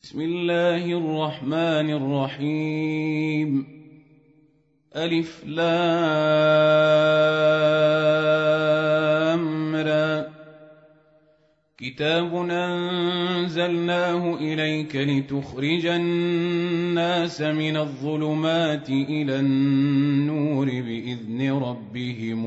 بسم الله الرحمن الرحيم. ألف لام را. كتاب أنزلناه إليك لتخرج الناس من الظلمات إلى النور بإذن ربهم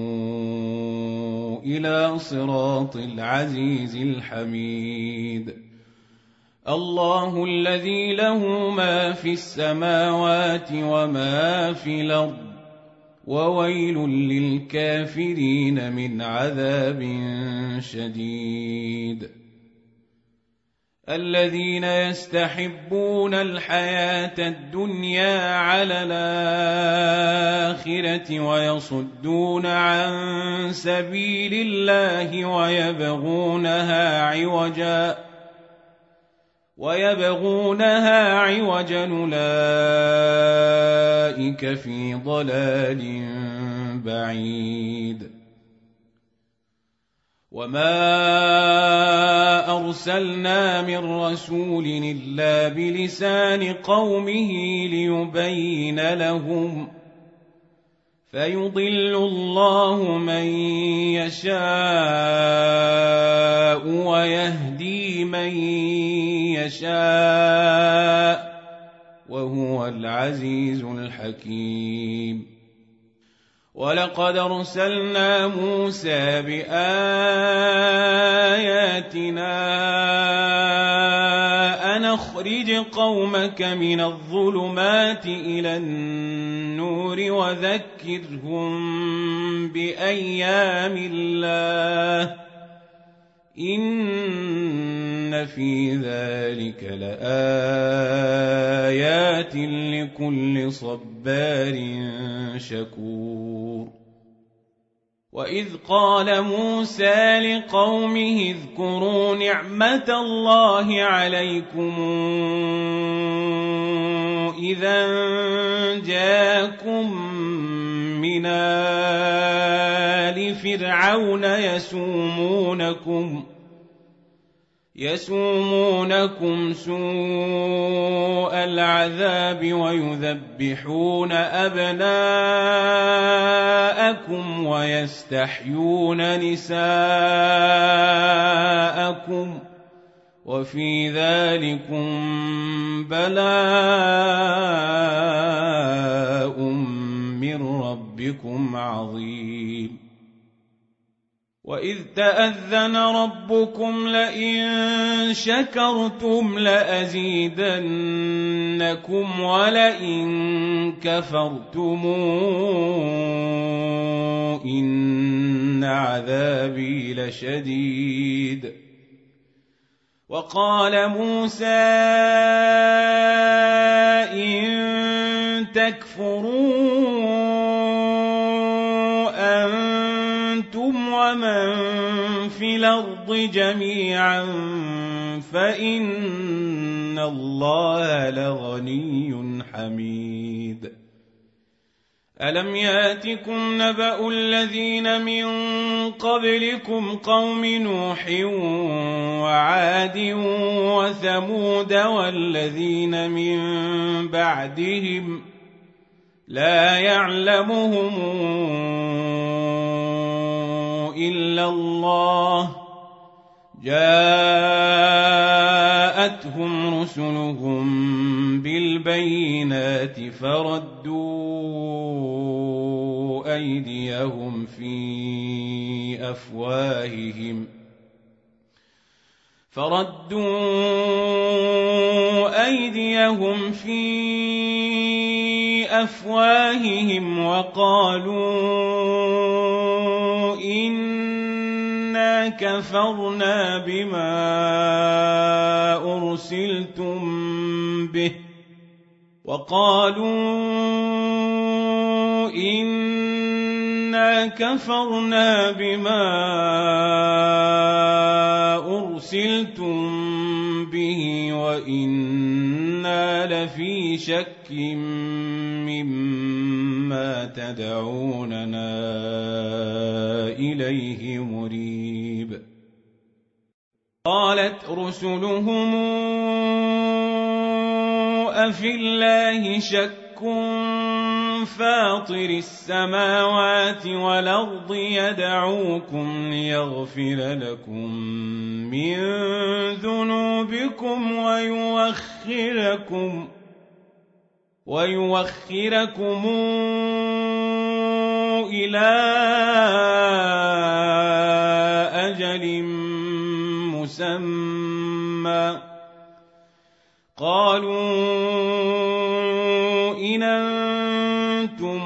إلى صراط العزيز الحميد. الله الذي له ما في السماوات وما في الأرض وويل للكافرين من عذاب شديد. الذين يستحبون الحياة الدنيا على الآخرة ويصدون عن سبيل الله ويبغونها عوجا أولئك في ضلال بعيد. وما أرسلنا من رسول إلا بلسان قومه ليبين لهم فيضل الله من يشاء ويهدي من يشاء وهو العزيز الحكيم. ولقد أرسلنا موسى بآياتنا أن أخرج قومك من الظلمات إلى النور وذكرهم بأيام الله إن في ذلك لآيات لكل صبار شكور. وإذ قال موسى لقومه اذكروا نعمة الله عليكم إذا جاءكم من آل فرعون يسومونكم سوء العذاب ويذبحون أبناءكم ويستحيون نساءكم وفي ذلكم بلاء من ربكم عظيم. وإذ تأذن ربكم لئن شكرتم لأزيدنكم ولئن كفرتم إن عذابي لشديد. وقال موسى إن تكفروا أنتم ومن في الأرض جميعا فإن الله لغني حميد. ألم يأتكم نبأ الذين من قبلكم قوم نوح وعاد وثمود والذين من بعدهم لا يعلمهم إلا الله جاءتهم رسلهم بالبينات فردوا أيديهم في أفواههم وقالوا إنا كفرنا بما أرسلتم به وإنا لفي شك مما تدعوننا إليه مريب. قالت رسلهم أفي الله شك فاطر السماوات والأرض يدعوكم ليغفر لكم من ذنوبكم ويوخركم إلى أجل مسمى قالوا إن أنتم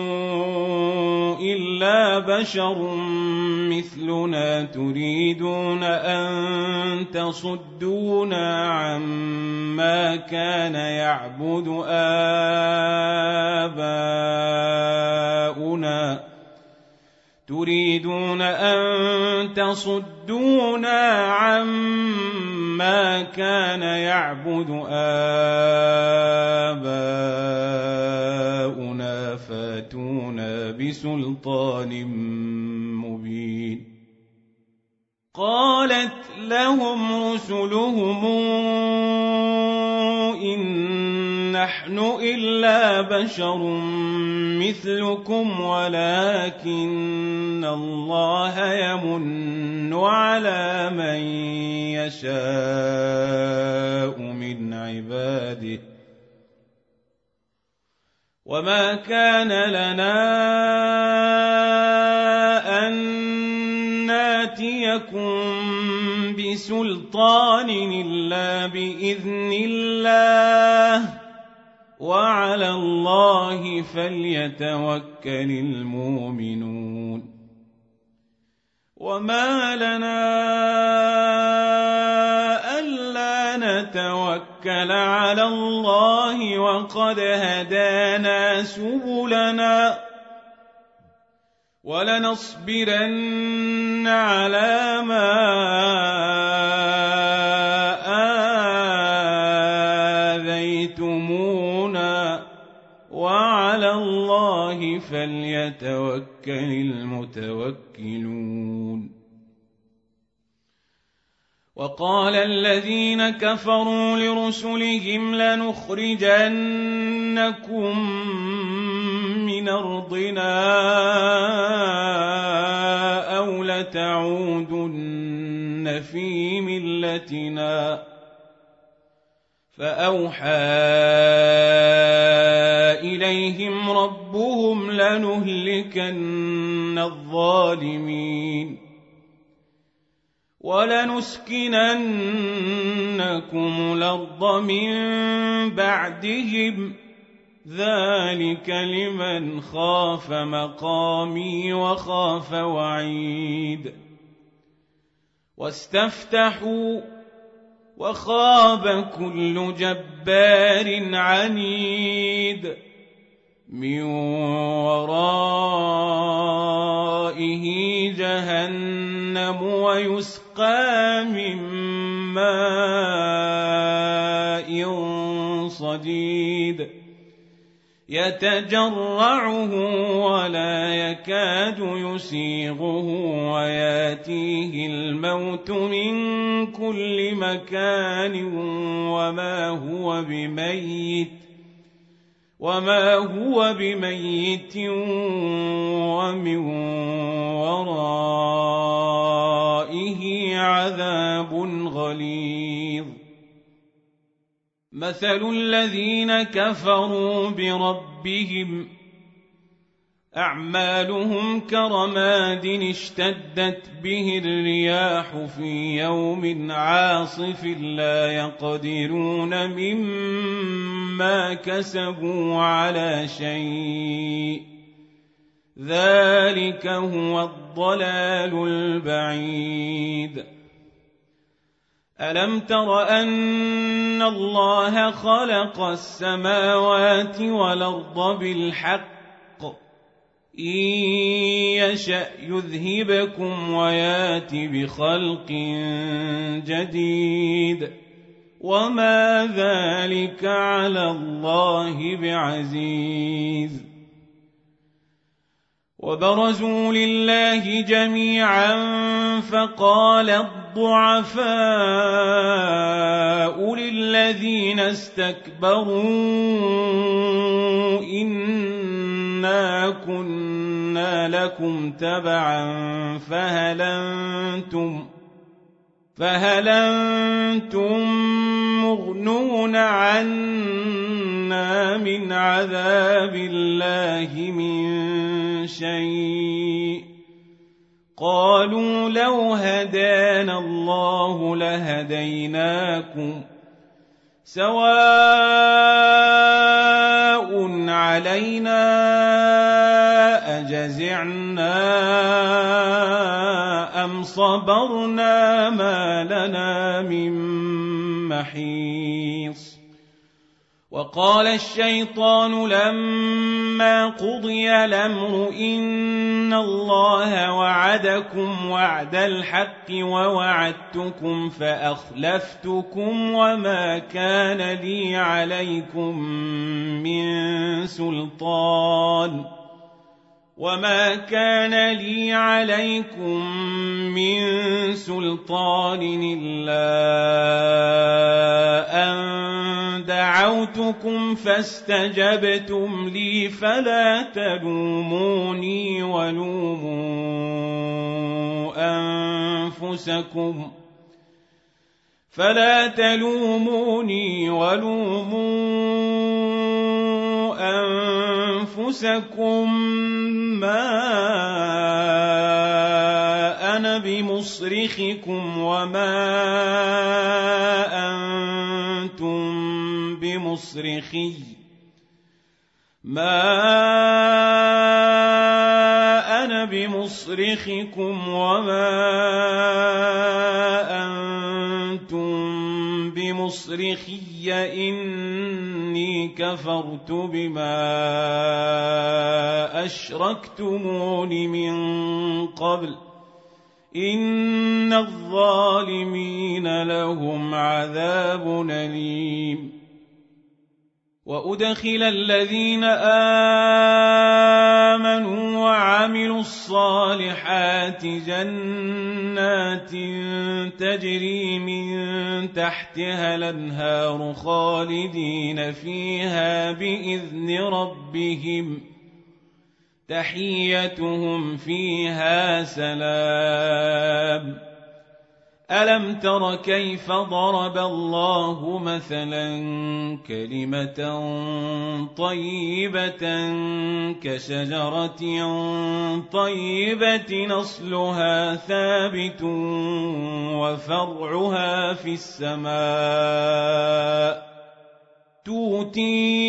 إلا بشر مثلنا تريدون أن تصدونا عما كان يعبد آباؤنا فاتونا بسلطان مبين قالت لهم رسلهم إن نحن إلا بشر مثلكم ولكن الله يمن على من يشاء من عباده وما كان لنا أن ناتيكم بسلطان إلا بإذن الله وعلى الله فليتوكل المؤمنون وما لنا ألا نتوكل على الله وقد هدانا سبلنا ولنصبرن على ما آذيتمونا وعلى الله فليتوكل المتوكلون وقال الذين كفروا لرسلهم لنخرجنكم من أرضنا أو لتعودن في ملتنا فأوحى إليهم ربهم لنهلكن الظالمين ولنسكننكم الأرض من بعدهم ذلك لمن خاف مقامي وخاف وعيد واستفتحوا وخاب كل جبار عنيد من ورائه جهنم ويسقى من ماء صديد يتجرعه ولا يكاد يسيغه وياتيه الموت من كل مكان وما هو بميت ومن ورائه عذاب غليظ مثل الذين كفروا بربهم أعمالهم كرماد اشتدت به الرياح في يوم عاصف لا يقدرون مما كسبوا على شيء ذلك هو الضلال البعيد ألم تر أن الله خلق السماوات والأرض بالحق إن يشأ يذهبكم ويات بخلق جديد وما ذلك على الله بعزيز وبرزوا لله جميعا فقال الضعفاء للذين استكبروا إنا كنا لكم تبعا فهل أنتم مغنون عنا من عذاب الله من شيء قالوا لو هدانا الله لهديناكم سواء علينا أجزعنا أم صبرنا ما لنا من محيص وقال الشيطان لما قضي الأمر إن الله وعدكم وعد الحق ووعدتكم فأخلفتكم وما كان لي عليكم من سلطان إلا أن دعوتكم فاستجبتم لي فلا تلوموني ولوموا أنفسكم ما أنا بمصرخكم وما أنتم بمصرخي إني كفرت بما أشركتمون من قبل إن الظالمين لهم عذاب أليم وأدخل الذين آمنوا وعملوا الصالحات جنات تجري من تحتها الأنهار خالدين فيها بإذن ربهم تحيتهم فيها سلام ألم تر كيف ضرب الله مثلا كلمة طيبة كشجرة طيبة أصلها ثابت وفرعها في السماء تؤتي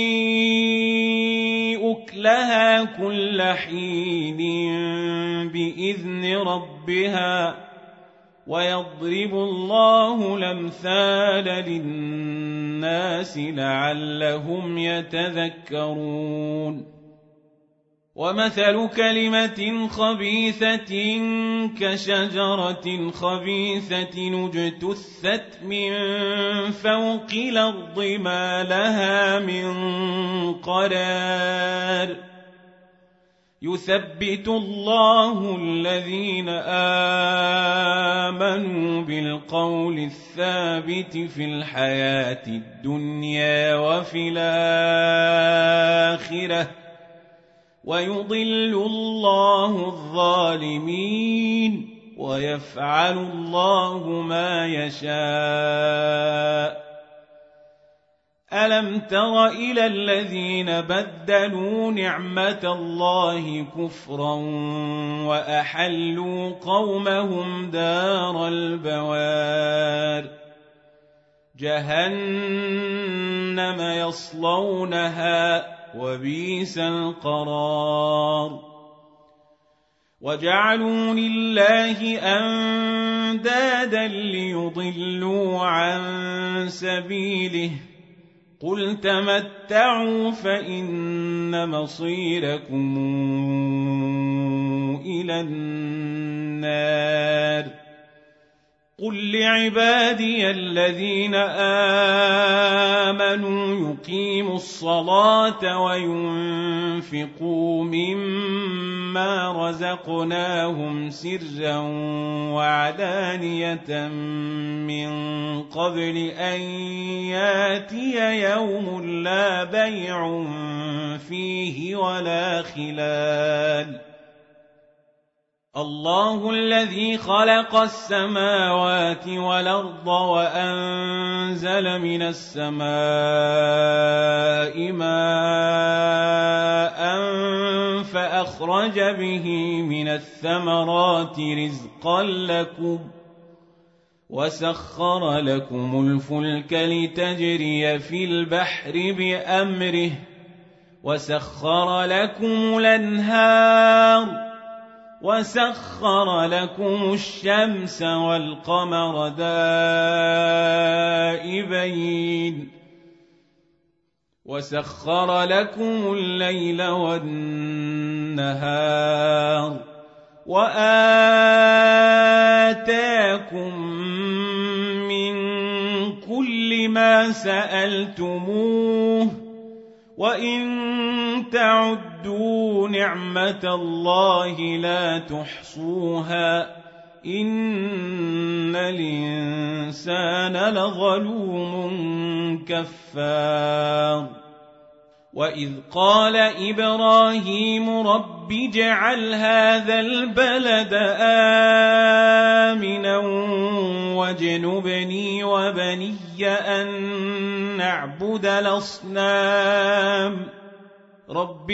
أكلها كل حين بإذن ربها ويضرب الله الأمثال للناس لعلهم يتذكرون ومثل كلمة خبيثة كشجرة خبيثة اجتثت من فوق الأرض ما لها من قرار يثبت الله الذين آمنوا بالقول الثابت في الحياة الدنيا وفي الآخرة ويضل الله الظالمين ويفعل الله ما يشاء ألم تر إلى الذين بدلوا نعمة الله كفرا وأحلوا قومهم دار البوار جهنم يصلونها وبئس القرار وجعلوا لله أندادا ليضلوا عن سبيله قل تمتعوا فإن مصيركم إلى النار قل لعبادي الذين آمنوا يقيموا الصلاة وينفقوا مما مما رزقناهم سرا وعلانية من قبل أن ياتي يوم لا بيع فيه ولا خلال الله الذي خلق السماوات والأرض وأنزل من السماء ماء فأخرج به من الثمرات رزقا لكم وسخر لكم الفلك لتجري في البحر بأمره وسخر لكم الأنهار وسخر لكم الشمس والقمر دائبين وسخر لكم الليل والنهار وآتاكم من كل ما سألتموه وإن تعدوا نعمة الله لا تحصوها إن الإنسان لظلوم كفار وإذ قال إبراهيم رب اجعل هذا البلد آمنا واجنبني وبني أن نعبد الأصنام رب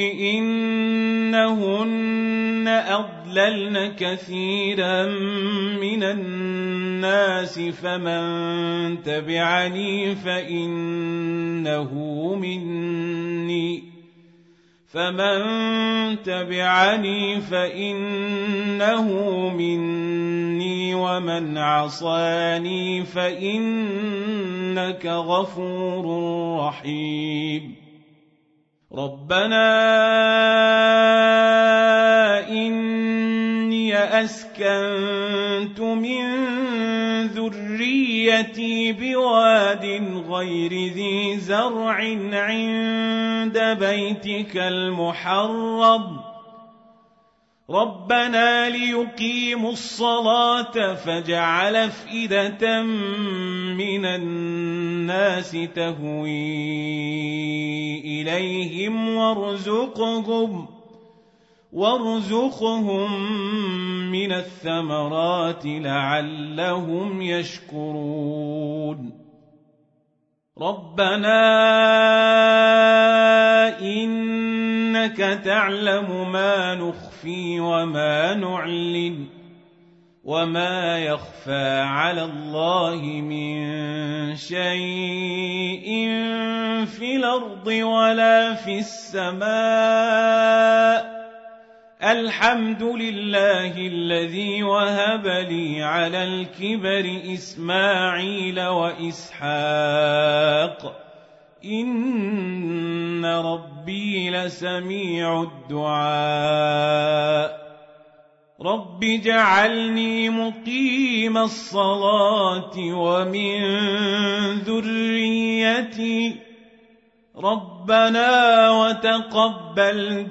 إنهن أضللن كثيرا من الناس فمن تبعني فإنه مني ومن عصاني فإنك غفور رحيم ربنا إني أسكنت من ذريتي بواد غير ذي زرع عند بيتك المحرم ربنا ليقيموا الصلاة فاجعل أفئدة من الناس تهوي إليهم وارزقهم من الثمرات لعلهم يشكرون ربنا إنك تعلم ما نخفي وما نعلن وما يخفى على الله من شيء في الأرض ولا في السماء الحمد لله الذي وهب لي على الكبر إسماعيل وإسحاق إن ربي لسميع الدعاء رب اجعلني مقيم الصلاة ومن ذريتي ربنا وتقبل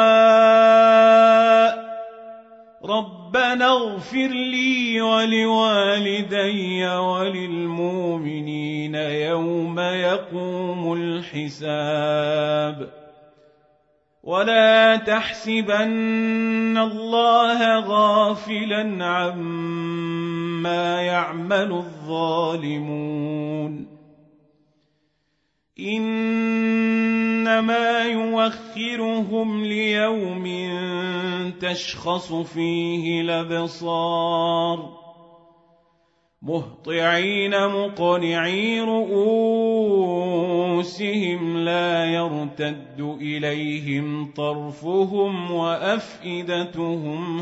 دعاء ربنا اغفر لي ولوالدي وللمؤمنين يوم يقوم الحساب ولا تحسبن الله غافلا عما يعمل الظالمون إنما يوخرهم ليوم تشخص فيه الأبصار مهطعين مقنعي رؤوسهم لا يرتد إليهم طرفهم وأفئدتهم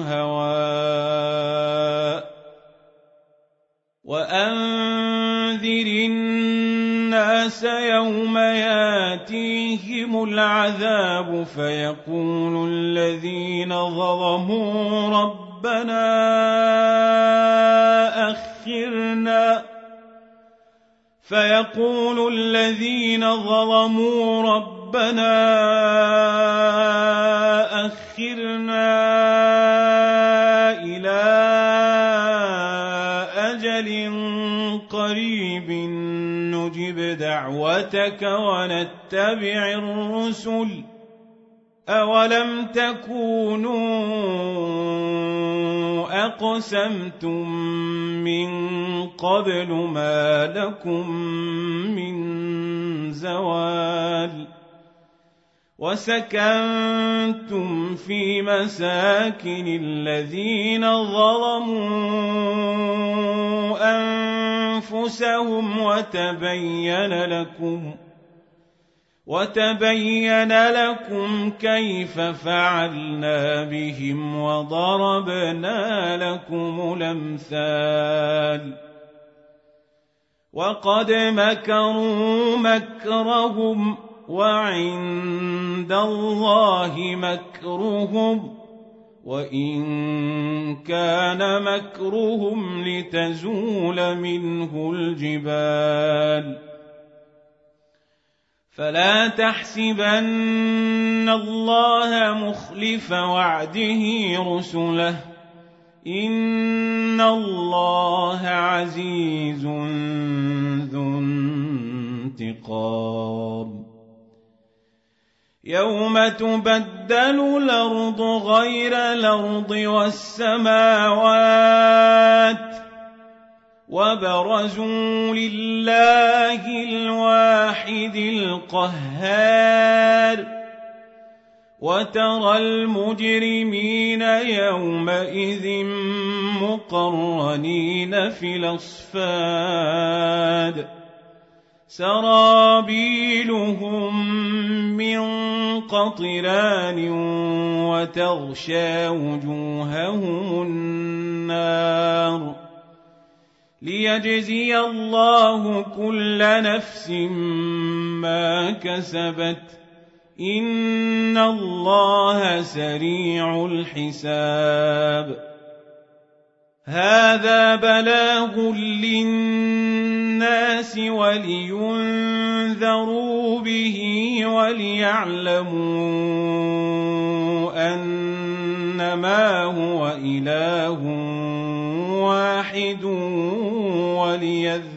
هواء وأنذر الناس يوم ياتيهم العذاب فيقول الذين ظلموا ربنا أخرنا دعوتك ونتبع الرسل أولم تكونوا أقسمتم من قبل ما لكم من زوال وسكنتم في مساكن الذين ظلموا أنفسهم وتبين لكم كيف فعلنا بهم وضربنا لكم الأمثال وقد مكروا مكرهم وعند الله مكرهم وإن كان مكرهم لتزول منه الجبال فلا تحسبن الله مخلف وعده رسله إن الله عزيز ذو انتقام يوم تبدل الأرض غير الأرض والسماوات وبرزوا لله الواحد القهار وترى المجرمين يومئذ مقرنين في الأصفاد سرابيلهم من قطران وتغشى وجوههم النار ليجزي الله كل نفس ما كسبت إن الله سريع الحساب هذا بلاغ للناس ولينذروا به وليعلموا أنما هو إله واحد